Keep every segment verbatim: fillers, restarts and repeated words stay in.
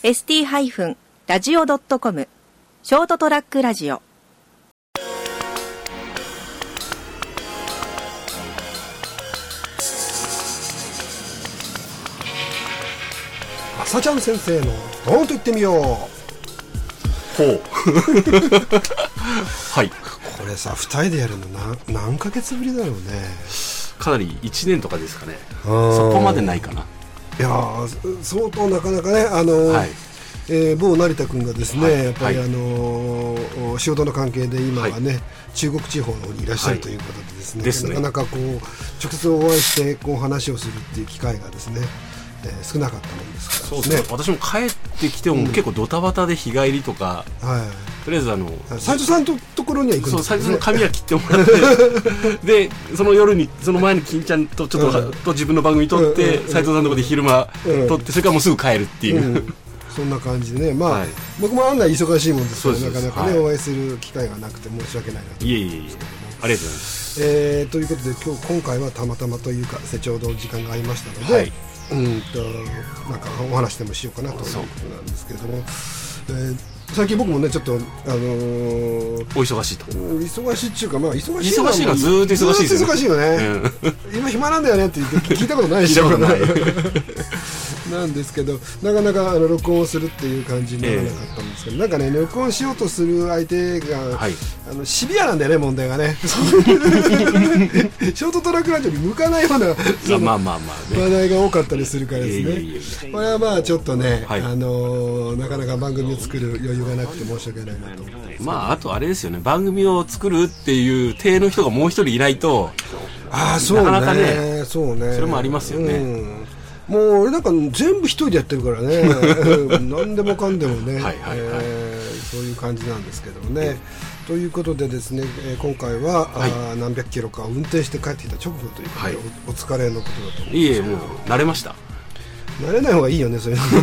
エスティー ラジオ ドットコム ショートトラックラジオ。 朝ちゃん先生のドーンと言ってみよう。 ほうはい、 これさふたりでやるのな何ヶ月ぶりだろうね。 かなりいちねんとかですかね。そこまでないかな。 いや相当なかなかね、あのーはい、えー、某成田君がですね、はい、やっぱり、はい、あのー、仕事の関係で今はね、はい、中国地方の方にいらっしゃるということでですね、はい、ですね、なかなかこう直接お会いしてこう話をするっていう機会がですね、えー、少なかったもんですからですね。 そうそう、私も帰ってきても、うん、結構ドタバタで日帰りとか、はい、とりあえずあの斉藤さんのところには行くんですかね。 斉藤さんの髪は切ってもらってでその夜にその前に金ちゃんとちょっと、うん、と自分の番組撮って、うん、斉藤さんのところで昼間撮って、うん、それからもうすぐ帰るっていう、うん、 そんな感じでね、まあ、はい、僕も案外忙しいもんですからなかなかね、はい、お会いする機会がなくて申し訳ないなと思いますけども。 ありがとうございます。 えー、ということで今日今回はたまたまというかちょうど時間がありましたので、はい、うんとなんかお話でもしようかなということなんですけれども、えー、最近僕もねちょっと、あのー、 お忙しいと忙しいっていうか、まあ、忙しいのは忙しいのはずーっと忙しいですよね。 ずーっと忙しいよね、うん、今暇なんだよねって言って聞いたことないでしょなんですけどなかなかあの録音をするっていう感じにならなかったんですけど、えー、なんかね録音しようとする相手が、はい、あのシビアなんだよね問題がねショートトラックラジオに向かないようなまあまあまあ、ね、 話題が多かったりするからですね、 いやいやいや、 これはまあちょっとね、はい、あのー、なかなか番組を作る余裕がなくて申し訳ないなと思って、 まああとあれですよね、番組を作るっていう体の人がもう一人いないとあそうね、 なかなかね、 そうね、 それもありますよね、うん、 もう俺なんか全部一人でやってるからね何でもかんでもね、はいはいはい、えー、そういう感じなんですけどね、うん、ということでですね、えー、今回は、はい、あ何百キロか運転して帰ってきた直後ということで、はい、お, お疲れのことだと思うんですけど。 いえもう慣れました。 慣れない方がいいよねそういうの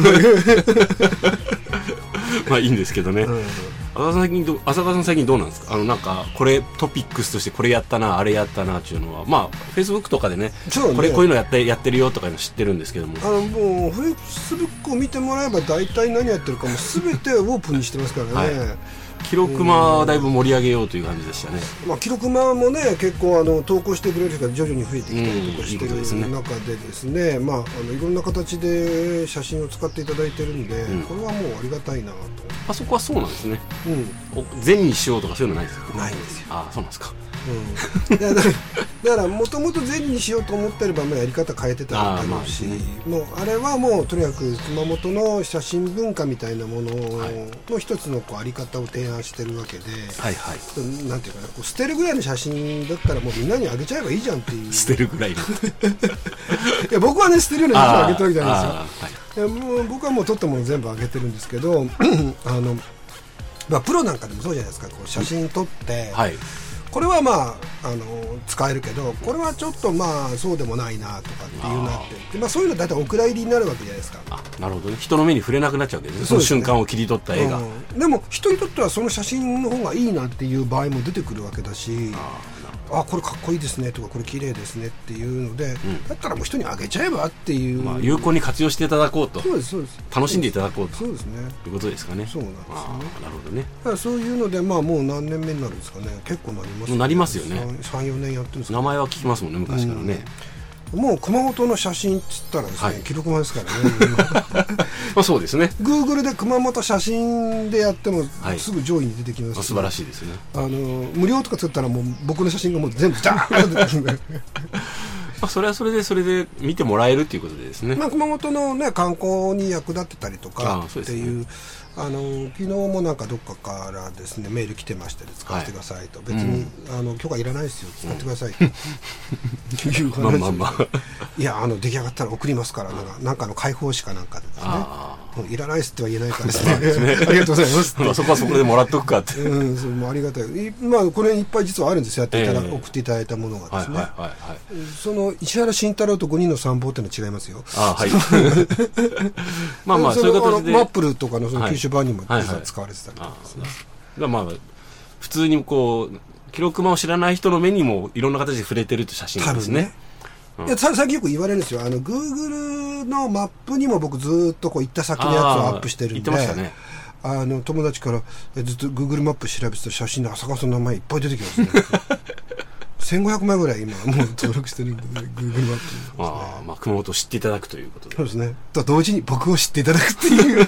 まあいいんですけどね、うん、浅川さん最近ど浅川さん最近どうなんですか。あのなんかこれトピックスとしてこれやったなあれやったなっていうのはまあフェイスブックとかで ね, ねこれこういうのやってやってるよとかいうの知ってるんですけども、 あのもうフェイスブックを見てもらえば大体何やってるかも全てオープンにしてますからね、はい、 記録間はだいぶ盛り上げようという感じでしたね。 まあ、記録間もね結構あの投稿してくれる人が徐々に増えてきたりとかしてる中でですね、まあ、あのいろんな形で写真を使っていただいてるんで、うん、これはもうありがたいなと。 あそこはそうなんですね、うん、善にしようとかそういうのないですか。 ないんですよ。 ああそうなんですか、 うん、だからもともと善にしようと思ってればまあやり方変えてたんだろうし、あ、まあね、もうあれはもうとにかく熊本の写真文化みたいなものの一つのこうあり方を提案してるわけで、はいはい、なんていうかな、こう捨てるぐらいの写真だったらもうみんなにあげちゃえばいいじゃんっていう。 捨てるぐらいのいや僕はね捨てるような写真をあげてるわけじゃないですよ、はい、いやもう僕はもう撮ったもの全部あげてるんですけどあの、まあ、プロなんかでもそうじゃないですか。こう写真撮って、はい、これはまあ、あの使えるけどこれはちょっとまあそうでもないなとかっていうなって、まあ、そういうのだいたいお蔵入りになるわけじゃないですか。 あ、なるほどね。人の目に触れなくなっちゃうわけですね、その瞬間を切り取った絵が、 うん、でも人にとってはその写真の方がいいなっていう場合も出てくるわけだし、ああこれかっこいいですねとかこれ綺麗ですねっていうので、うん、だったらもう人にあげちゃえばっていう、 まあ、有効に活用していただこうと。 そうですそうです。 楽しんでいただこうと。 そうですね。 ということですかね。 そうなんですよね。 なるほどね。 だからそういうのでまあもう何年目になるんですかね。結構なりますよね。 なりますよね。 さん、よねんやってるんですか。 名前は聞きますもんね昔からね、 うん、もう熊本の写真っつったらですね、はい、記録間ですからねまあそうですね。 Google で熊本写真でやってもすぐ上位に出てきます、 はい、素晴らしいですね。 あの無料とか作ったらもう僕の写真がもう全部ジャーッと出てくるんでまあそれはそれでそれで見てもらえるということでですね、 まあ、熊本の、ね、観光に役立ってたりとかっていう、あの昨日もなんかどっかからですねメール来てまして使ってくださいと、はい、別に、うん、あの許可いらないですよ使ってくださいと、うん、いう話、まあまあまあ、いやあの出来上がったら送りますからなんか、なんかの開放誌かなんかでですね、もういらないですっては言えないからですねありがとうございますってそこはそこでもらっとくかって、 うん、それもありがたい。まあこれいっぱい実はあるんですよ。やっていただ、えー、送っていただいたものがですね、はいはいはいはい、その石原慎太郎とごにんの参謀っていうのは違いますよ。あ、はいまあまあそういう形でマップルとかのその九州版にも実は使われてたりとかですね、 はいはいはい、まあ普通にこう記録間を知らない人の目にもいろんな形で触れてると写真ですね。 うん、いや最近よく言われるんですよ。あの Google のマップにも僕ずっとこう行った先のやつをアップしてるんで、 言ってましたね。 あの友達からずっと Google マップ調べてた写真で浅川さんの名前いっぱい出てきますね。せんごひゃくまいぐらい今もう登録してるんで、ね、Google マップ、ね、 あ、まあ、熊本を知っていただくということで。 そうですね。と同時に僕を知っていただくっていう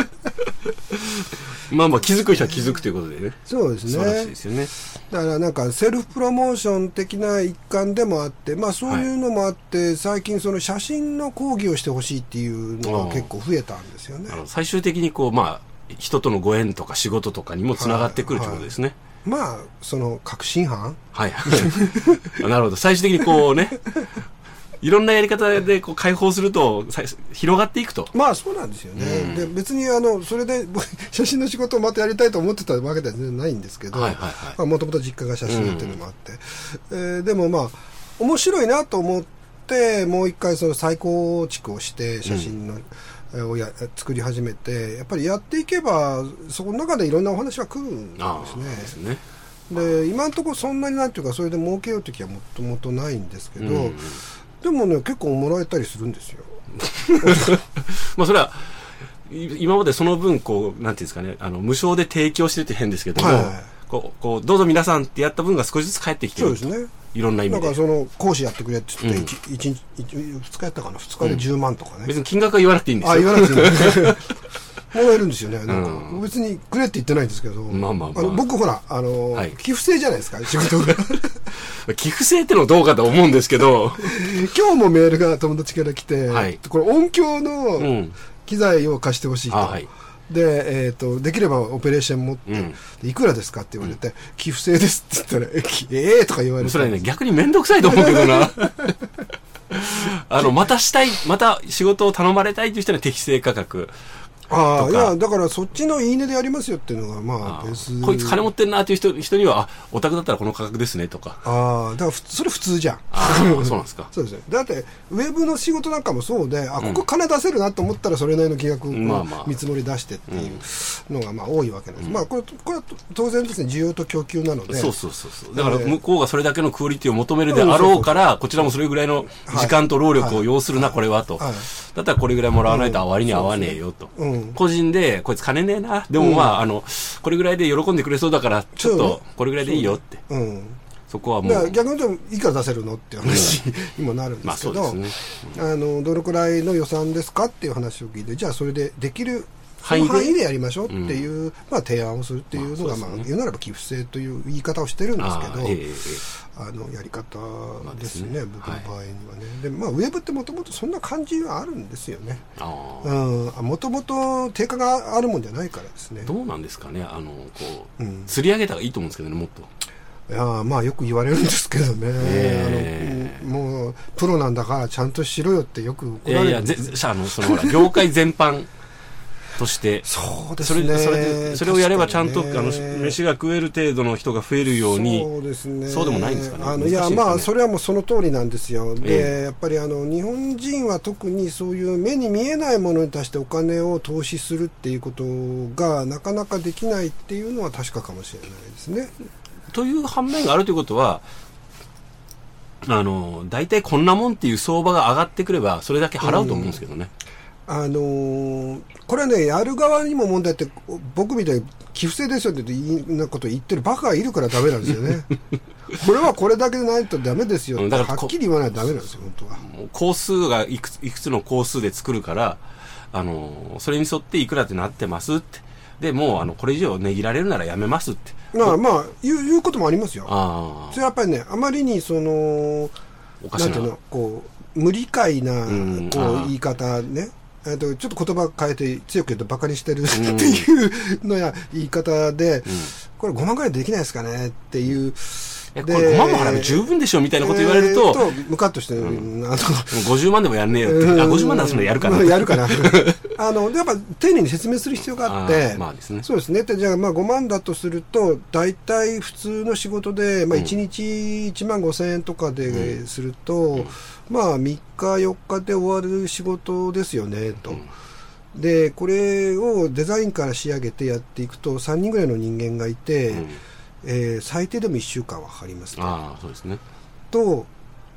まあまあ気づく人は気づくということでね。 そうですね。 素晴らしいですよね。 だからなんかセルフプロモーション的な一環でもあって、まあそういうのもあって、はい、最近その写真の講義をしてほしいっていうのが結構増えたんですよね。 あの最終的にこう、まあ人とのご縁とか仕事とかにもつながってくるということですね。 はいはい、まあその確信犯、 はいはいなるほど。最終的にこうねいろんなやり方でこう解放すると広がっていくと。 まあそうなんですよね、うん、で別にあのそれで写真の仕事をまたやりたいと思ってたわけでは全然ないんですけど、もともと実家が写真やってるのもあって、うんえー、でもまあ面白いなと思ってもう一回その再構築をして写真の、うんをや作り始めて、やっぱりやっていけばそこの中でいろんなお話は来るんですね。ですね。で今のところそんなになんていうかそれで儲けようときはもともとないんですけど、うん、でもね結構もらえたりするんですよ。 まあそれは今までその分こうなんていうんですかね、あの無償で提供してるって変ですけども、はい、こうこうどうぞ皆さんってやった分が少しずつ返ってきてる。そうですね。いろんな意味で。 だからその講師やってくれって言って、うん、いちにちふつかやったかな、ふつかでじゅうまんとかね、うん、 別に金額は言わなくていいんですよ。 あ、言わなくていいんですよもらえるんですよね。なんか、うん、別にくれって言ってないんですけど、 まあまあまあ、 あの僕ほらあの、はい、寄付制じゃないですか仕事が寄付制ってのはどうかと思うんですけど今日もメールが友達から来て、はい、これ音響の機材を貸してほしいと、うんはいで、えーと、できればオペレーション持って、うん、いくらですかって言われて、うん、寄付制ですって言ったら、ええー、とか言われて。 それはね、逆にめんどくさいと思うけどな。あの、またしたい、また仕事を頼まれたいという人には適正価格。 ああ、いや、だからそっちのいいねでやりますよっていうのが、まあ、別こいつ金持ってるなっていう人、人には、あ、お宅だったらこの価格ですねとか。 ああ、だから、それ普通じゃん。 あそうなんですか。 そうですね。だって、ウェブの仕事なんかもそうで、あ、ここ金出せるなと思ったら、それなりの金額を見積もり出してっていうのが、まあ、多いわけなんです。うん、まあ、これ、これは当然ですね、需要と供給なので。 そうそうそうそう。だから、向こうがそれだけのクオリティを求めるであろうから、こちらもそれぐらいの時間と労力を要するな、これはと。だったらこれぐらいもらわないと割に合わねえよと。個人で、こいつ金ねえな。でもまあ、うん、あの、これぐらいで喜んでくれそうだから、ちょっと、これぐらいでいいよって。そ,、うん、そこはもう。 逆に言うと、いくら出せるのっていう話にもなるんですけど、まあそうですね。うん、あの、どのくらいの予算ですかっていう話を聞いて、じゃあそれでできる、その範囲でやりましょうっていう、うん、まあ提案をするっていうのが、まあ、まあね、言うならば寄付制という言い方をしてるんですけど、あ、えー、あの、やり方ですね、まあ、僕の場合にはね。はい、で、まあ、ウェブってもともとそんな感じはあるんですよね。もともと定価があるもんじゃないからですね。 どうなんですかね、あの、こう、うん、釣り上げたらいいと思うんですけどね、もっと。 いやまあよく言われるんですけどね、えー、あのもうプロなんだからちゃんとしろよってよく怒られるんです。いやいや、ぜあのそのほら業界全般としてそうですね、 それ、それ、それをやればちゃんと、ね、あの飯が食える程度の人が増えるように、 そうですね、 そうでもないんですかね。 あのいや、まあそれはもうその通りなんですよ。で、えー、やっぱりあの日本人は特にそういう目に見えないものに対してお金を投資するっていうことがなかなかできないっていうのは確かかもしれないですね。 という反面があるということは、あの大体こんなもんっていう相場が上がってくればそれだけ払うと思うんですけどね。 うん、あのー、これはね、やる側にも問題って、僕みたいに寄付制ですよっていうなこと言ってるバカがいるからダメなんですよね。これはこれだけでないとダメですよってはっきり言わないとダメなんですよ、本当は。 もう工数がいくつ、いくつの工数で作るから、あのー、それに沿っていくらってなってますって。でもうあのこれ以上値切られるならやめますって。 まあまあ言う、言うこともありますよ。あそれはやっぱりね、あまりにそのおかしな、なんていうの、こう無理解なこう言い方ね、えっとちょっと言葉変えて強く言うとバカにしてるっていうのや言い方で、うん、これごまんぐらいできないですかねっていう。 いやこれごまんも払えば十分でしょみたいなこと言われると、えー、 とムカッとして、うん、 あのごじゅうまんでもやんねえよって、うん、あごじゅうまんならそれやるかな、 やるかなあのやっぱ丁寧に説明する必要があって、 まあですね、 そうですね。でじゃあまあごまんだとすると大体普通の仕事で、まあ、いちにちいちまんごせんえんとかですると、うん、まあみっかよっかで終わる仕事ですよねと。うん、でこれをデザインから仕上げてやっていくとさんにんぐらいの人間がいて、うん、えー、最低でもいっしゅうかんはかかりますと。 あ、そうですね。 と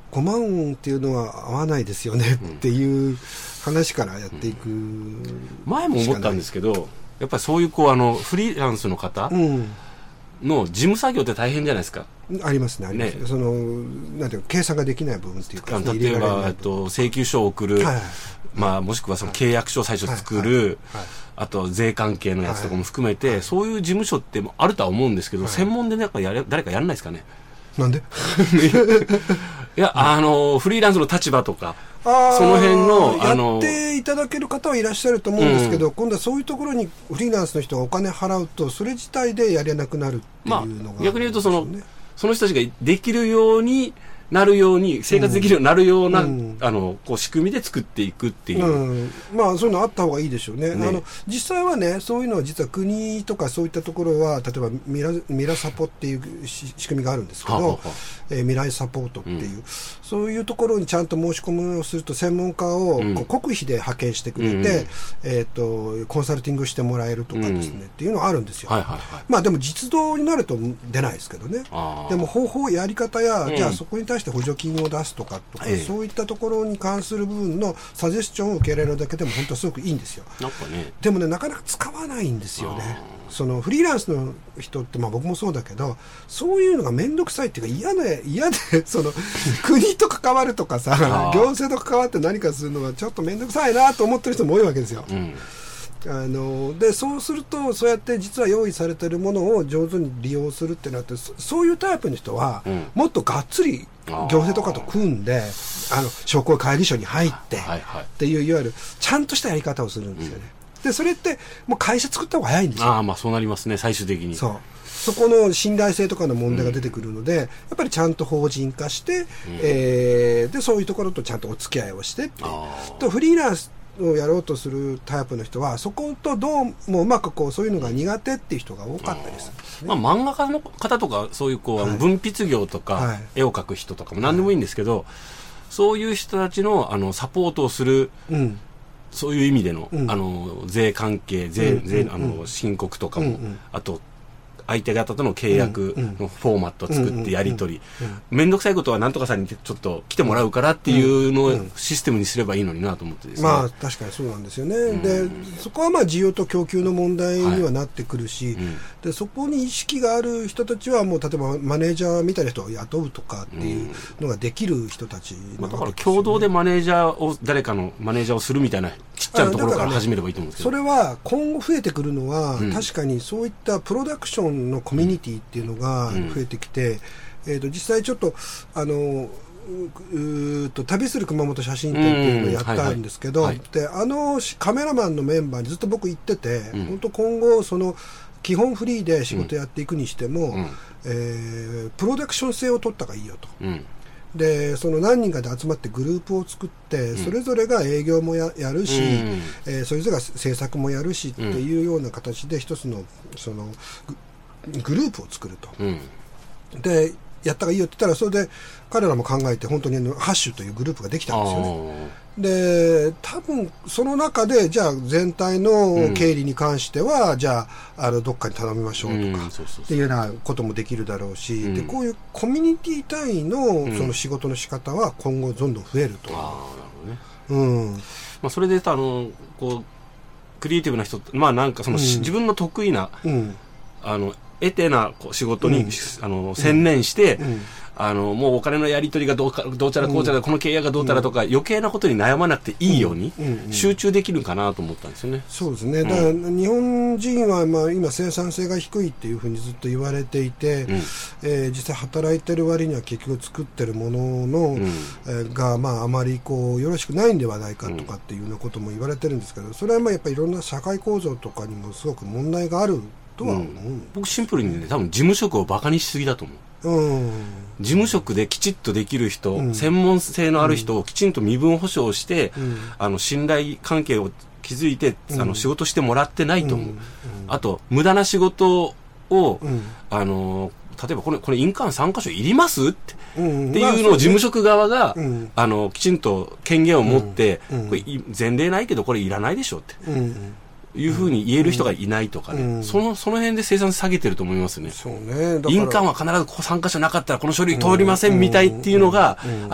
ごまんっていうのは合わないですよねっていう話からやっていく、うん、 前も思ったんですけど、やっぱりそういうこうあのフリーランスの方の事務作業って大変じゃないですか。 ありますね、ありますね。そのなんていうか計算ができない部分っていうか、 例えばと請求書を送る、はいはい、まあ、もしくはその契約書を最初作る、はいはいはい、あと税関係のやつとかも含めて、はい、そういう事務所ってあるとは思うんですけど、はい、専門でなんかやれ誰かやらないですかね。 なんでいや、あのフリーランスの立場とかその辺のあのやっていただける方はいらっしゃると思うんですけど、うん、今度はそういうところにフリーランスの人がお金払うとそれ自体でやれなくなるっていうのが、ね、 まあ、逆に言うとそのその人たちができるようになるように生活できるようになるような、うん、あのこう仕組みで作っていくっていう、 うん、まあそういうのあった方がいいでしょうね。ね、あの実際はね、そういうのは実は国とかそういったところは例えばミラミラサポっていう仕組みがあるんですけど、はあはあ、えー、未来サポートっていう、うん、そういうところにちゃんと申し込みをすると専門家をこう国費で派遣してくれて、うん、えー、とコンサルティングしてもらえるとかですね、うん、っていうのがあるんですよ。はいはいはい、まあでも実動になると出ないですけどね。でも方法やり方や、うん、じゃあそこに対して補助金を出すとかとか、ええ、そういったところに関する部分のサジェスチョンを受けられるだけでも本当はすごくいいんですよ。なんかね、でもね、なかなか使わないんですよね。そのフリーランスの人って、まあ、僕もそうだけど、そういうのが面倒くさいっていうか嫌で嫌でその国と関わるとかさ行政と関わって何かするのがちょっと面倒くさいなと思ってる人も多いわけですよ。うん、あのでそうするとそうやって実は用意されているものを上手に利用するってなって、そそういうタイプの人は、うん、もっとがっつり行政とかと組んであの商工会議所に入って、はいはい、っていういわゆるちゃんとしたやり方をするんですよね。うん、でそれってもう会社作った方が早いんですよ。 あ、まあそうなりますね、最終的に。 そうそこの信頼性とかの問題が出てくるので、うん、やっぱりちゃんと法人化して、うん、えー、でそういうところとちゃんとお付き合いをしてってとフリーランスをやろうとするタイプの人はそことどうもうまくこうそういうのが苦手っていう人が多かったりするんですね。 まあ、漫画家の方とかそういうこう、はい、文筆業とか、はい、絵を描く人とかも何でもいいんですけど、はい、そういう人たちの、あのサポートをする、うん、そういう意味での、うん、あの税関係税、うん、税あの申告とかも、うん、あと相手方との契約のフォーマットを作ってやり取り、面倒くさいことはなんとかさんにちょっと来てもらうからっていうのをシステムにすればいいのになと思ってですね。 まあ確かにそうなんですよね。うん、でそこはまあ需要と供給の問題にはなってくるし、はい、うん、でそこに意識がある人たちはもう例えばマネージャーみたいな人を雇うとかっていうのができる人たちなわけですよね。まあ、だから共同でマネージャーを誰かのマネージャーをするみたいなちっちゃなところから始めればいいと思うんですけど、 ね、それは今後増えてくるのは、うん、確かにそういったプロダクションのコミュニティっていうのが増えてきて、うん、えー、と実際ちょっとあのうと旅する熊本写真展っていうのをやったんですけど、であのカメラマンのメンバーにずっと僕言ってて、うん、本当今後その基本フリーで仕事やっていくにしても、うん、えー、プロダクション性を取った方がいいよと。うん、でその何人かで集まってグループを作って、うん、それぞれが営業も や, やるし、うん、えー、それぞれが制作もやるしっていうような形で一つのそのグループを作ると、うん、でやった方がいいよって言ったらそれで彼らも考えて本当にハッシュというグループができたんですよね。で多分その中でじゃあ全体の経理に関しては、うん、じゃあ、あのどっかに頼みましょうとかっていうようなこともできるだろうし、うん、でこういうコミュニティ単位 の, その仕事の仕方は今後どんどん増えると、うん、あ、なるほどね、うん、まあ、それであのこうクリエイティブな人、まあなんかその、うん、自分の得意な、うん、あの得手な仕事に、うん、あの専念して、うん、あのもうお金のやり取りがどうかどうちゃらこうちゃら、うん、この契約がどうたらとか、うん、余計なことに悩まなくていいように、うんうん、集中できるかなと思ったんですよね。 そうですね。だから日本人はまあ今生産性が低いっていうふうにずっと言われていて、うん、えー、実際働いてる割には結局作ってるものの、うん、えー、がまああまりこうよろしくないんではないかとかっていうようなことも言われてるんですけど、それはまあやっぱりいろんな社会構造とかにもすごく問題があるとは思う、うん、 僕シンプルにね、多分事務職をバカにしすぎだと思う、うん、事務職できちっとできる人、うん、専門性のある人をきちんと身分保証して、うん、あの信頼関係を築いて、うん、あの仕事してもらってないと思う、うんうん、あと無駄な仕事を、うん、あの例えばこれこれ印鑑さん箇所いりますって、うん、っていうのを事務職側が、うん、あのきちんと権限を持って、うん、これ前例ないけどこれいらないでしょって、うん、いうふうに言える人がいないとかね、うん、そのその辺で生産性下げてると思いますね。 そうね。 印鑑は必ずここさん箇所なかったらこの書類通りませんみたいっていうのが、うんうんうん、あれ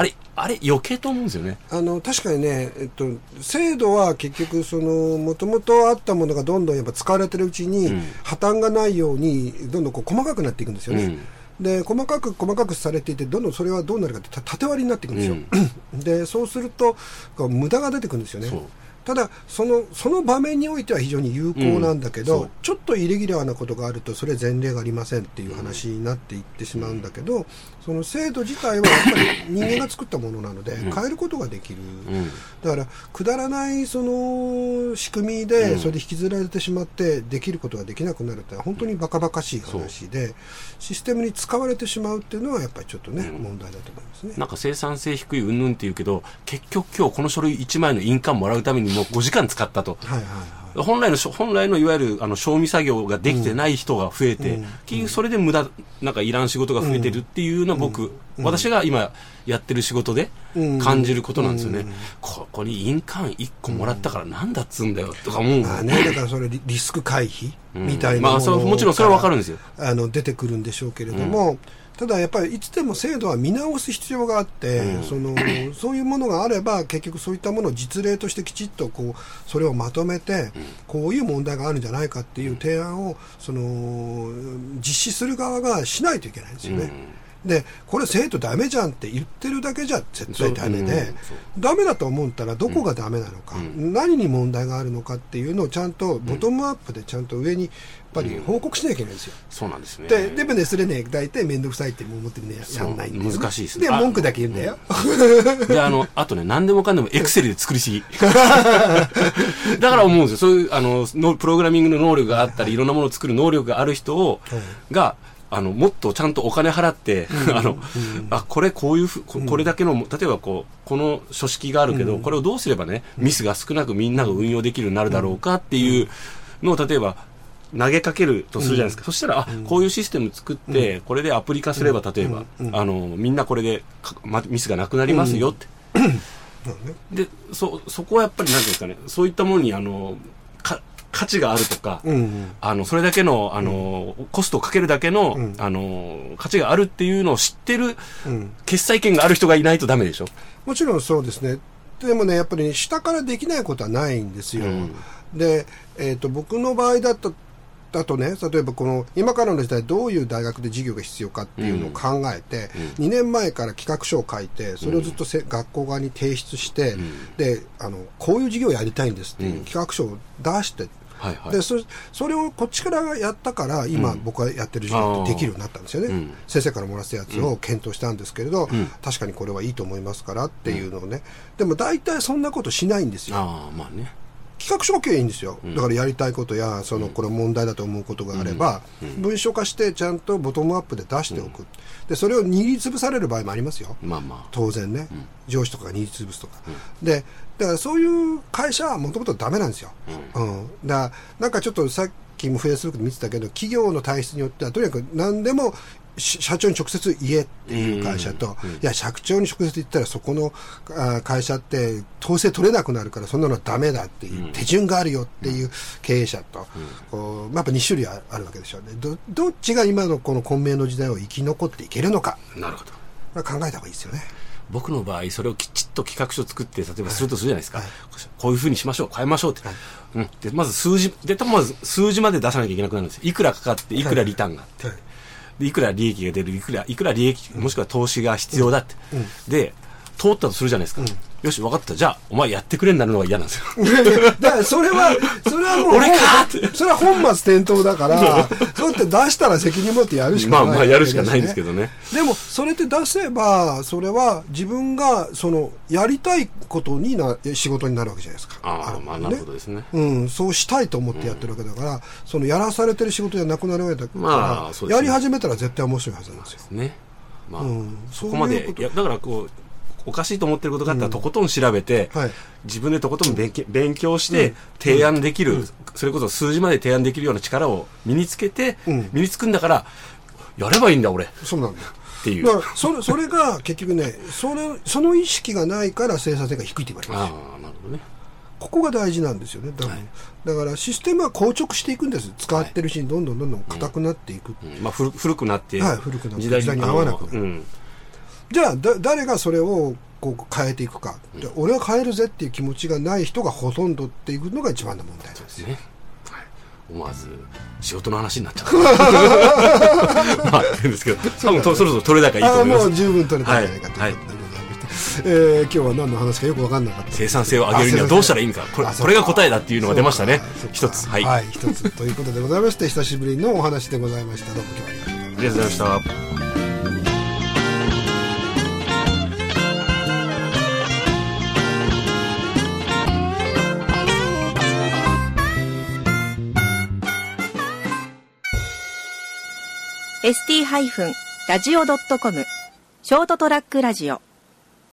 あれ余計と思うんですよね。 あの確かにね、えっと、制度は結局そのもともとあったものがどんどんやっぱ使われてるうちに、うん、破綻がないようにどんどんこう細かくなっていくんですよね、うん、で細かく細かくされていてどんどんそれはどうなるかって縦割りになっていくんですよ、うん、でそうすると無駄が出てくるんですよね。ただその、その場面においては非常に有効なんだけど、うん、ちょっとイレギュラーなことがあるとそれ前例がありませんっていう話になっていってしまうんだけど、その制度自体はやっぱり人間が作ったものなので変えることができる、うん、だからくだらないその仕組みでそれで引きずられてしまってできることができなくなるって本当にバカバカしい話で、システムに使われてしまうっていうのはやっぱりちょっとね、うん、問題だと思いますね。 なんか生産性低い云々っていうけど、結局今日この書類いちまいの印鑑もらうためにもうごじかん使ったと、はいはいはい、本来の本来のいわゆるあの賞味作業ができてない人が増えて、うん、結局それで無駄なんかいらん仕事が増えてるっていうのは僕、うんうん、私が今やってる仕事で感じることなんですよね、うんうん、ここに印鑑いっこもらったからなんだっつうんだよとか思う、 まあね、だからそれ リ, リスク回避みたいなもの、 うんまあ、もちろんそれは分かるんですよ。 あの出てくるんでしょうけれども、うん、ただやっぱりいつでも制度は見直す必要があって、うん、そのそういうものがあれば結局そういったものを実例としてきちっとこうそれをまとめて、うん、こういう問題があるんじゃないかっていう提案をその実施する側がしないといけないんですよね、うん、でこれ生徒ダメじゃんって言ってるだけじゃ絶対ダメで、うん、ダメだと思ったらどこがダメなのか、うん、何に問題があるのかっていうのをちゃんとボトムアップでちゃんと上にやっぱり報告しなきゃいけないんですよ、 うん、そうなんですね。 で、でもね、それね、大体面倒くさいって思ってるね、やんないんだよ、ね、 難しいですね。 で、文句だけ言うんだよ。 うん、で、あの、あとね、何でもかんでもエクセルで作りすぎ。だから思うんですよ。そういう、あの、のプログラミングの能力があったり、いろんなものを作る能力がある人を、が、あの、もっとちゃんとお金払って、うん、あの、うん、あ、これこういうふ、これだけの、例えばこう、この書式があるけど、うん、これをどうすればね、ミスが少なくみんなが運用できるようになるだろうかっていうのを、例えば、投げかけるとするじゃないですか、うん、そしたら、あ、うん、こういうシステム作って、うん、これでアプリ化すれば、例えば、うん、あのみんなこれでま、ミスがなくなりますよって、うん、で そ, そこはやっぱり何ていうんですかね、そういったものにあのか価値があるとか、うん、あのそれだけの、あの、うん、コストをかけるだけの、うん、あの価値があるっていうのを知ってる、うん、決裁権がある人がいないとダメでしょ。 もちろんそうですね。でもね、やっぱり、ね、下からできないことはないんですよ、うん、で、えーと、僕の場合だとだとね、例えばこの今からの時代どういう大学で授業が必要かっていうのを考えて、うん、にねんまえから企画書を書いてそれをずっとせ、うん、学校側に提出して、うん、であのこういう授業をやりたいんですっていう企画書を出して、うんはいはい、で そ, それをこっちからやったから今、うん、僕がやってる授業ってできるようになったんですよね、うん、先生からもらったやつを検討したんですけれど、うん、確かにこれはいいと思いますからっていうのをね、でも大体そんなことしないんですよ。 あ、まあね、 企画書だけいいんですよ、うん、だからやりたいことやそのこれ問題だと思うことがあれば、うんうん、文書化してちゃんとボトムアップで出しておく、うん、でそれを握りつぶされる場合もありますよ、まあまあ、当然ね、うん、上司とかが握りつぶすとか、うん、でだからそういう会社はもともとダメなんですよ、うんうん、だからなんかちょっとさっきもフェイスブックで見てたけど企業の体質によってはとにかく何でも社長に直接言えっていう会社と、うんうんうん、いや社長に直接言ったらそこの会社って統制取れなくなるからそんなのはダメだっていう手順があるよっていう経営者と、うんこうまあ、やっぱに種類あるわけでしょうね。 ど, どっちが今のこの混迷の時代を生き残っていけるのか、 なるほど、考えた方がいいですよね。 僕の場合それをきちっと企画書を作って例えばするとするじゃないですか、はいはい、こういうふうにしましょう変えましょうって、はいうん、でまず数字でとまず数字まで出さなきゃいけなくなるんですよ。いくらかかっていくらリターンがあって、はいはいでいくら利益が出るいくらいくら利益もしくは投資が必要だって、うんうん、で通ったとするじゃないですか、うん、よし分かったじゃあお前やってくれになるのが嫌なんですよだからそれはそれはもう俺かってそれは本末転倒だからそうやって出したら責任持ってやるしかない、 まあまあやるしかないんですけどね。 でもそれって出せばそれは自分がそのやりたいことにな仕事になるわけじゃないですか。 ああまあなるほどですね、 うん、そうしたいと思ってやってるわけだから、うん、そのやらされてる仕事じゃなくなるわけだから、まあそうですね、やり始めたら絶対面白いはずなんですよ。 そうですね。まあ、うん、そこまでいやだからこうおかしいと思ってることがあったらとことん調べて、うんはい、自分でとことん勉強、勉強して提案できる、うん、それこそ数字まで提案できるような力を身につけて、うん、身につくんだからやればいいんだ俺。 そうなんだよっていう。 だからそれ、それが結局ねそれその意識がないから生産性が低いって言われますよ。 ああなるほどね。 ここが大事なんですよね。だから、はい、だからシステムは硬直していくんです。使ってるうちにどんどんどんどん硬くなっていく、 うんうんまあ、古, 古くなって、 はい、古くなって時代に合わなくなる、うん、じゃあだ誰がそれをこう変えていくか、で俺は変えるぜっていう気持ちがない人がほとんどっていくのが一番の問題ですよね。 思わず仕事の話になっちゃったまあ変ですけど、多分そろそろ取れ高いいと思います。 もう十分取れたんじゃないかということでございまして、はいはい、えー、今日は何の話かよく分かんなかった。 生産性を上げるにはどうしたらいいのか、これ、これが答えだっていうのが出ましたね。一つ、はい、 はい、一つということでございまして、久しぶりのお話でございました。どうも今日はありがとうございました。 エスティー ラジオ ドットコム ショートトラックラジオ